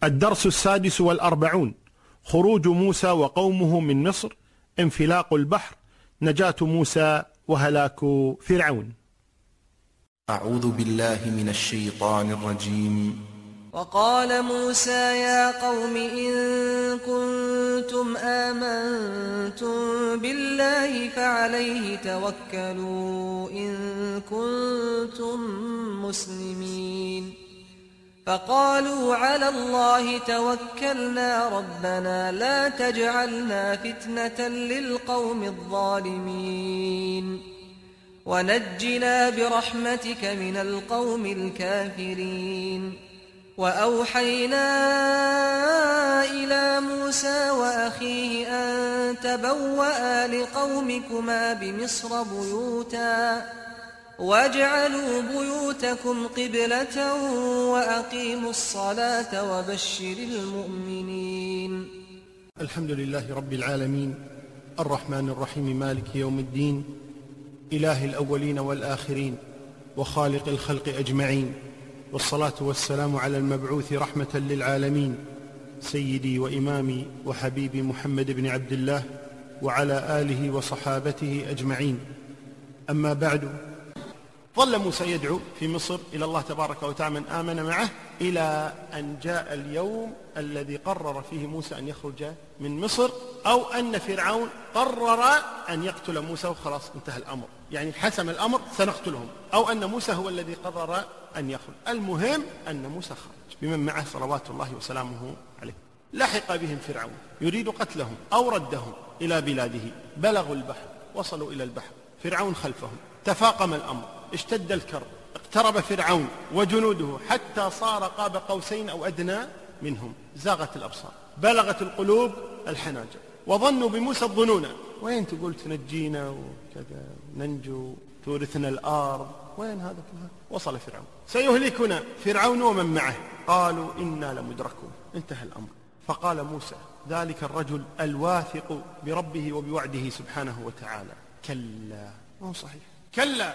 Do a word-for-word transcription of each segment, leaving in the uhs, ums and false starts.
الدرس السادس والأربعون: خروج موسى وقومه من مصر، انفلاق البحر، نجاة موسى وهلاك فرعون. أعوذ بالله من الشيطان الرجيم. وقال موسى يا قوم إن كنتم آمنتم بالله فعليه توكلوا إن كنتم مسلمين. فقالوا على الله توكلنا ربنا لا تجعلنا فتنة للقوم الظالمين ونجنا برحمتك من القوم الكافرين. وأوحينا إلى موسى وأخيه أن تبوأ لقومكما بمصر بيوتا واجعلوا بيوتكم قبلة وأقيموا الصلاة وبشر المؤمنين. الحمد لله رب العالمين، الرحمن الرحيم، مالك يوم الدين، إله الأولين والآخرين وخالق الخلق أجمعين، والصلاة والسلام على المبعوث رحمة للعالمين سيدي وإمامي وحبيبي محمد بن عبد الله وعلى آله وصحابته أجمعين. أما بعد، ظل موسى يدعو في مصر إلى الله تبارك وتعالى من آمن معه إلى أن جاء اليوم الذي قرر فيه موسى أن يخرج من مصر، أو أن فرعون قرر أن يقتل موسى وخلاص انتهى الأمر، يعني حسم الأمر سنقتلهم، أو أن موسى هو الذي قرر أن يخرج. المهم أن موسى خرج بمن معه صلوات الله وسلامه عليه. لحق بهم فرعون يريد قتلهم أو ردهم إلى بلاده. بلغوا البحر، وصلوا إلى البحر، فرعون خلفهم، تفاقم الأمر، اشتد الكرب، اقترب فرعون وجنوده حتى صار قاب قوسين أو أدنى منهم. زاغت الأبصار، بلغت القلوب الحناجر، وظنوا بموسى الظنون. وين تقول تنجينا وكذا ننجو تورثنا الأرض؟ وين هذا كله؟ وصل فرعون، سيهلكنا فرعون ومن معه. قالوا إنا لمدركون، انتهى الأمر. فقال موسى ذلك الرجل الواثق بربه وبوعده سبحانه وتعالى: كلا، مو صحيح، كلا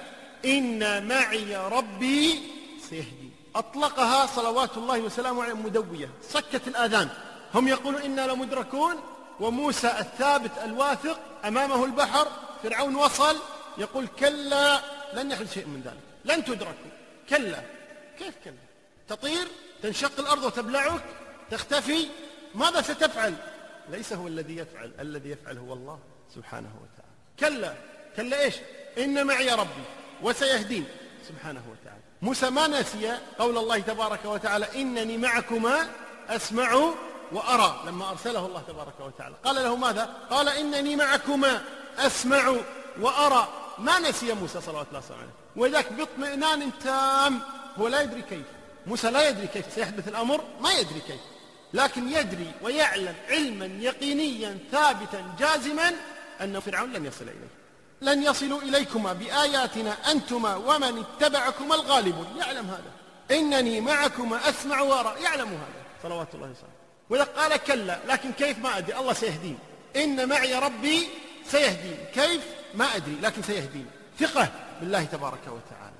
إن معي ربي سيهدي. أطلقها صلوات الله وسلامه عليه مدوية، سكت الآذان. هم يقولون إنا لمدركون، وموسى الثابت الواثق أمامه البحر، فرعون وصل يقول كلا لن يحدث شيء من ذلك، لن تدركوا. كلا، كيف كلا؟ تطير، تنشق الأرض وتبلعك، تختفي، ماذا ستفعل؟ ليس هو الذي يفعل، الذي يفعل هو الله سبحانه وتعالى. كلا، كلا إيش؟ إن معي ربي وسيهدين سبحانه وتعالى. موسى ما نسي قول الله تبارك وتعالى: إنني معكما أسمع وأرى. لما أرسله الله تبارك وتعالى قال له ماذا؟ قال إنني معكما أسمع وأرى. ما نسي موسى صلوات الله وسلامه عليه، وذاك باطمئنان تام. هو لا يدري كيف، موسى لا يدري كيف سيحدث الأمر، ما يدري كيف، لكن يدري ويعلم علما يقينيا ثابتا جازما أن فرعون لن يصل إليه، لن يصلوا إليكما بآياتنا أنتما ومن اتبعكما الغالبون. يعلم هذا. إنني معكما أسمع وأرى، يعلم هذا صلوات الله وسلامه. وإذا قال كلا، لكن كيف ما أدري، الله سيهدين. إن معي ربي سيهدين، كيف ما أدري، لكن سيهدين. ثقة بالله تبارك وتعالى.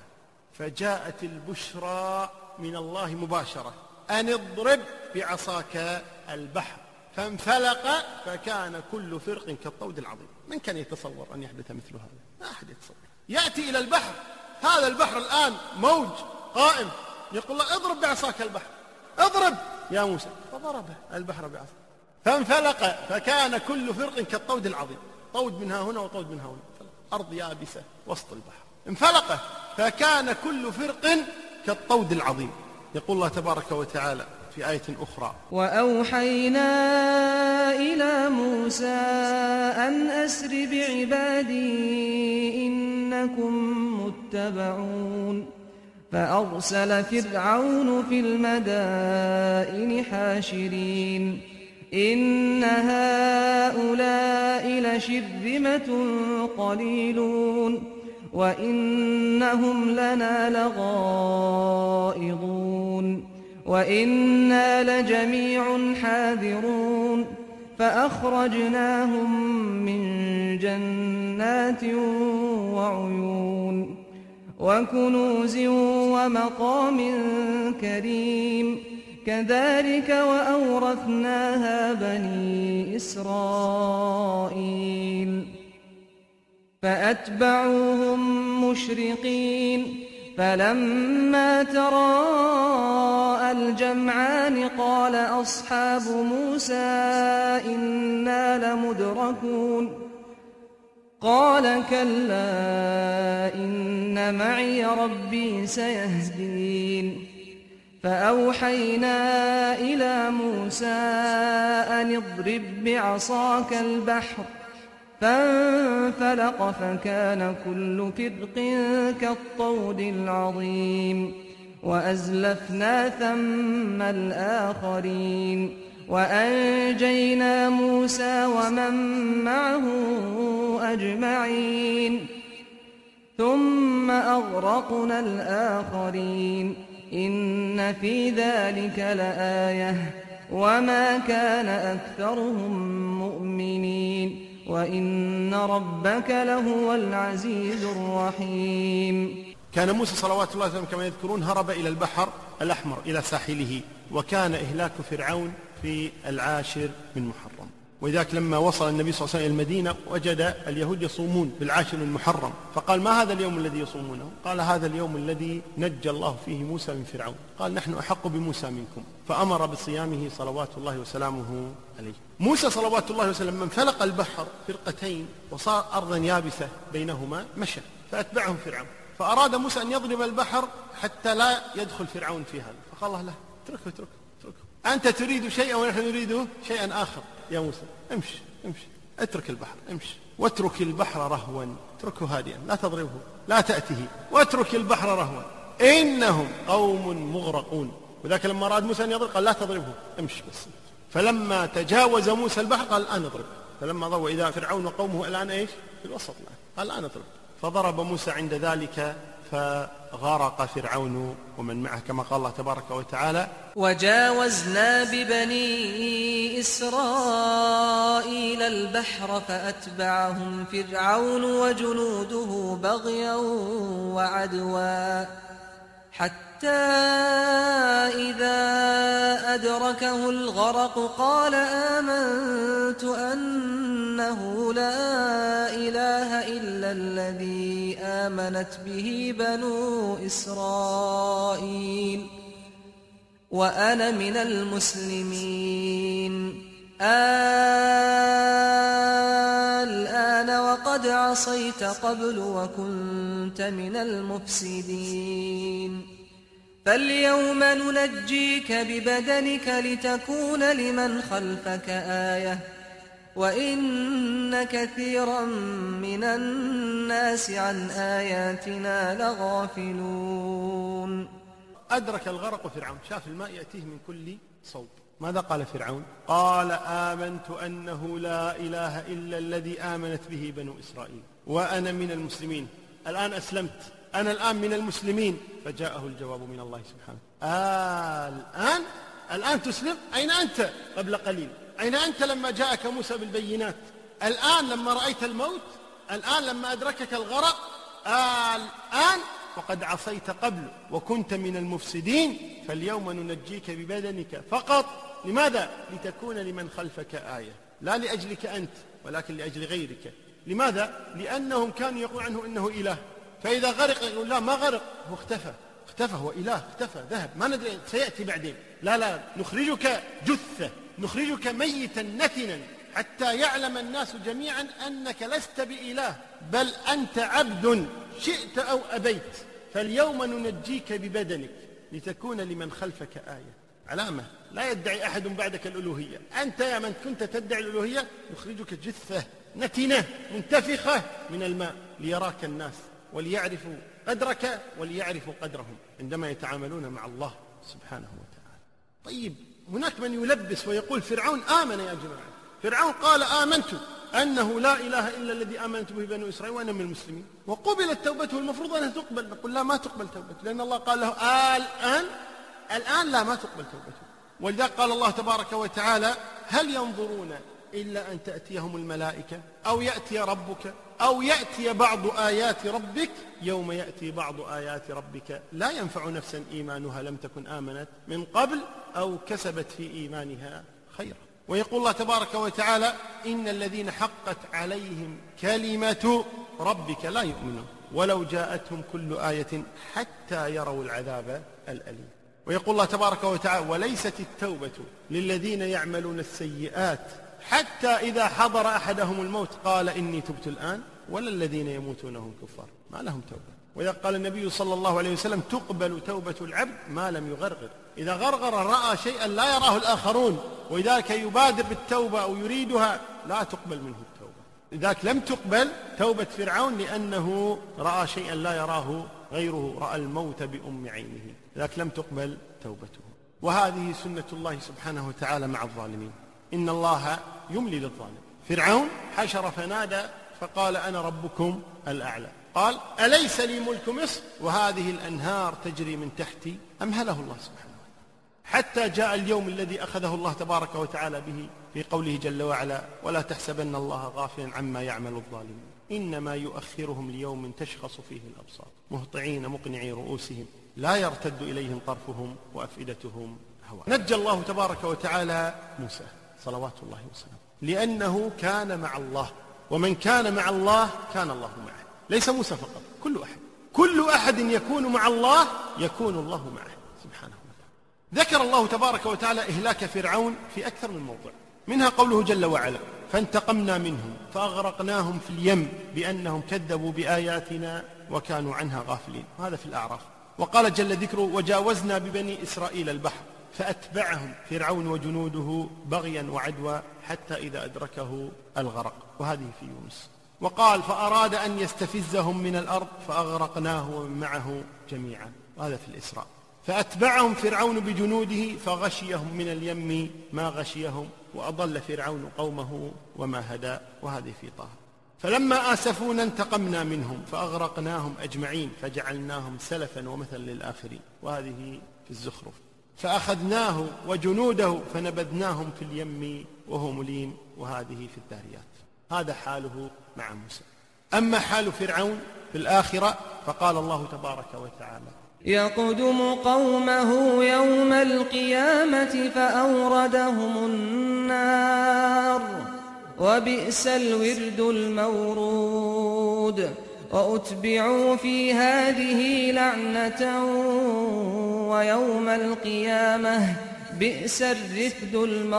فجاءت البشرى من الله مباشرة: أن اضرب بعصاك البحر فانفلق فكان كل فرق كالطود العظيم. من كان يتصور أن يحدث مثل هذا؟ ما أحد يتصور. يأتي إلى البحر، هذا البحر الآن موج قائم، يقول الله اضرب بعصاك البحر، اضرب يا موسى، فضربه البحر بعصا فانفلق فكان كل فرق كالطود العظيم. طود منها هنا وطود منها هنا، أرض يابسة وسط البحر، انفلق فكان كل فرق كالطود العظيم. يقول الله تبارك وتعالى في آية أخرى: وأوحينا إلى موسى أن أسر بعبادي إنكم متبعون. فأرسل فرعون في المدائن حاشرين إن هؤلاء لشرذمة قليلون وإنهم لنا لغائظون وإنا لجميع حاذرون. فأخرجناهم من جنات وعيون وكنوز ومقام كريم كذلك وأورثناها بني إسرائيل فأتبعوهم مشرقين فلما تراءى الجمعان قال أصحاب موسى إنا لمدركون قال كلا إن معي ربي سيهدين فأوحينا إلى موسى أن اضرب بعصاك البحر فانفلق فكان كل فرق كالطود العظيم وأزلفنا ثم الآخرين وأنجينا موسى ومن معه أجمعين ثم أغرقنا الآخرين إن في ذلك لآية وما كان أكثرهم مؤمنين وإن ربك لهو العزيز الرحيم. كان موسى صلوات الله وسلامه كما يذكرون هرب إلى البحر الأحمر إلى ساحله، وكان إهلاك فرعون في العاشر من محرم. وذاك لما وصل النبي صلى الله عليه وسلم إلى المدينة وجد اليهود يصومون في العاشر من محرم، فقال ما هذا اليوم الذي يصومونه؟ قال هذا اليوم الذي نجى الله فيه موسى من فرعون. قال نحن أحق بموسى منكم، فأمر بصيامه صلوات الله وسلامه عليه. موسى صلوات الله وسلامه من فلق البحر فرقتين وصار أرضا يابسة بينهما مشى فأتبعهم فرعون، فأراد موسى أن يضرب البحر حتى لا يدخل فرعون في هذا، فقال الله له اتركه اتركه اتركه، أنت تريد شيئا ونحن نريد شيئا آخر يا موسى، امشي امشي اترك البحر امشي، واترك البحر رهوا، اتركه هادئا لا تضربه لا تأته، واترك البحر رهوا إنهم قوم مغرقون. وذاك لما أراد موسى أن يضرب قال لا تضربه امشي بس. فلما تجاوز موسى البحر قال الآن اضرب، فلما ضوى إذا فرعون وقومه الآن ايش في الوسط الآن، قال الآن اضرب، فضرب موسى عند ذلك فغرق فرعون ومن معه كما قال الله تبارك وتعالى وجاوزنا ببني إسرائيل البحر فأتبعهم فرعون وجنوده بغيا وعدوا حتى إذا أدركه الغرق قال آمنت أنه لا إله إلا الذي آمنت به بنو إسرائيل وأنا من المسلمين. الآن وقد عصيت قبل وكنت من المفسدين فاليوم ننجيك ببدنك لتكون لمن خلفك آية وإن كثيرا من الناس عن آياتنا لغافلون. أدرك الغرق فرعون، شاف الماء يأتيه من كل صوب. ماذا قال فرعون؟ قال آمنت أنه لا إله إلا الذي آمنت به بنو إسرائيل وأنا من المسلمين. الآن أسلمت، أنا الآن من المسلمين. فجاءه الجواب من الله سبحانه آه الآن الآن تسلم؟ أين أنت قبل قليل؟ أين أنت لما جاءك موسى بالبينات؟ الآن لما رأيت الموت؟ الآن لما أدركك الغرق؟ آه الآن وقد عصيت قبل وكنت من المفسدين فاليوم ننجيك ببدنك فقط. لماذا؟ لتكون لمن خلفك آية، لا لأجلك أنت ولكن لأجل غيرك. لماذا؟ لأنهم كانوا يقول عنه إنه إله، فإذا غرق يقول لا ما غرق، هو اختفى اختفى هو إله اختفى ذهب ما ندري سيأتي بعدين. لا لا نخرجك جثة، نخرجك ميتا نتنا حتى يعلم الناس جميعا أنك لست بإله بل أنت عبد شئت أو أبيت. فاليوم ننجيك ببدنك لتكون لمن خلفك آية، علامة لا يدعي أحد بعدك الألوهية. أنت يا من كنت تدعي الألوهية نخرجك جثة نتنة منتفخة من الماء ليراك الناس وليعرفوا قدرك وليعرفوا قدرهم عندما يتعاملون مع الله سبحانه وتعالى. طيب هناك من يلبس ويقول فرعون آمن يا جماعة، فرعون قال آمنت أنه لا إله إلا الذي آمنت به بنو إسرائيل وأنا من المسلمين وقبلت توبته، المفروض أنها تقبل. نقول لا ما تقبل توبته لأن الله قال له آه الآن الآن لا ما تقبل توبته. ولذلك قال الله تبارك وتعالى هل ينظرون إلا أن تأتيهم الملائكة أو يأتي ربك أو يأتي بعض آيات ربك يوم يأتي بعض آيات ربك لا ينفع نفسا إيمانها لم تكن آمنت من قبل أو كسبت في إيمانها خيرا. ويقول الله تبارك وتعالى: إن الذين حقت عليهم كلمة ربك لا يؤمنون ولو جاءتهم كل آية حتى يروا العذاب الأليم. ويقول الله تبارك وتعالى: وليست التوبة للذين يعملون السيئات حتى إذا حضر أحدهم الموت قال إني تبت الآن ولا الذين يموتون هم كفار ما لهم توبة. وإذا قال النبي صلى الله عليه وسلم: تقبل توبة العبد ما لم يغرغر. إذا غرغر رأى شيئا لا يراه الآخرون وإذاك يبادر بالتوبة أو يريدها لا تقبل منه التوبة. لذلك لم تقبل توبة فرعون لأنه رأى شيئا لا يراه غيره، رأى الموت بأم عينه، لذلك لم تقبل توبته. وهذه سنة الله سبحانه وتعالى مع الظالمين، إن الله يملي للظالم. فرعون حشر فنادى فقال: أنا ربكم الأعلى. قال: أليس لي ملك مصر وهذه الأنهار تجري من تحتي؟ أمهله الله سبحانه وتعالى حتى جاء اليوم الذي أخذه الله تبارك وتعالى به في قوله جل وعلا: ولا تحسبن الله غافلا عما يعمل الظالمون إنما يؤخرهم ليوم تشخص فيه الأبصار مهطعين مقنعي رؤوسهم لا يرتد إليهم طرفهم وأفئدتهم هواء. نجى الله تبارك وتعالى موسى صلوات الله وسلامه لأنه كان مع الله، ومن كان مع الله كان الله معه. ليس موسى فقط، كل أحد كل أحد يكون مع الله يكون الله معه سبحانه وتعالى. ذكر الله تبارك وتعالى إهلاك فرعون في أكثر من موضع، منها قوله جل وعلا: فانتقمنا منهم فأغرقناهم في اليم بأنهم كذبوا بآياتنا وكانوا عنها غافلين. هذا في الأعراف. وقال جل ذكره: وجاوزنا ببني إسرائيل البحر فأتبعهم فرعون وجنوده بغيا وعدوى حتى إذا أدركه الغرق. وهذه في يونس. وقال: فأراد أن يستفزهم من الأرض فأغرقناه ومن معه جميعا. وهذا في الإسراء. فأتبعهم فرعون بجنوده فغشيهم من اليم ما غشيهم وأضل فرعون قومه وما هدى. وهذه في طه. فلما آسفونا انتقمنا منهم فأغرقناهم أجمعين فجعلناهم سلفا ومثلا للآخرين. وهذه في الزخرف. فأخذناه وجنوده فنبذناهم في اليم وهو مليم. وهذه في الذاريات. هذا حاله مع موسى. أما حال فرعون في الآخرة فقال الله تبارك وتعالى: يقدم قومه يوم القيامة فأوردهم النار وبئس الورد المورود وأتبعوا في هذه لعنة ويوم القيامة بئس الرفد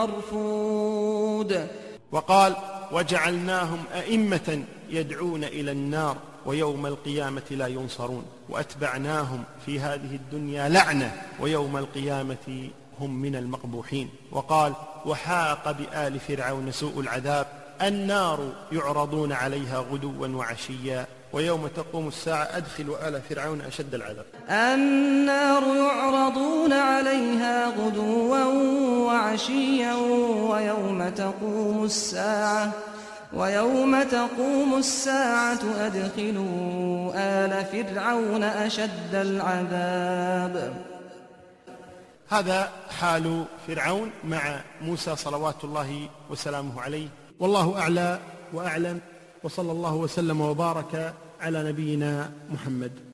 المرفود. وقال: وجعلناهم أئمة يدعون إلى النار ويوم القيامة لا ينصرون وأتبعناهم في هذه الدنيا لعنة ويوم القيامة هم من المقبوحين. وقال: وحاق بآل فرعون سوء العذاب النار يعرضون عليها غدوا وعشيا ويوم تقوم الساعة أدخلوا آل فرعون أشد العذاب. النار يعرضون عليها غدوا وعشيا ويوم تقوم الساعة ويوم تقوم الساعة أدخلوا آل فرعون أشد العذاب. هذا حال فرعون مع موسى صلوات الله وسلامه عليه، والله أعلى وأعلم، وصلى الله وسلم وبارك على نبينا محمد.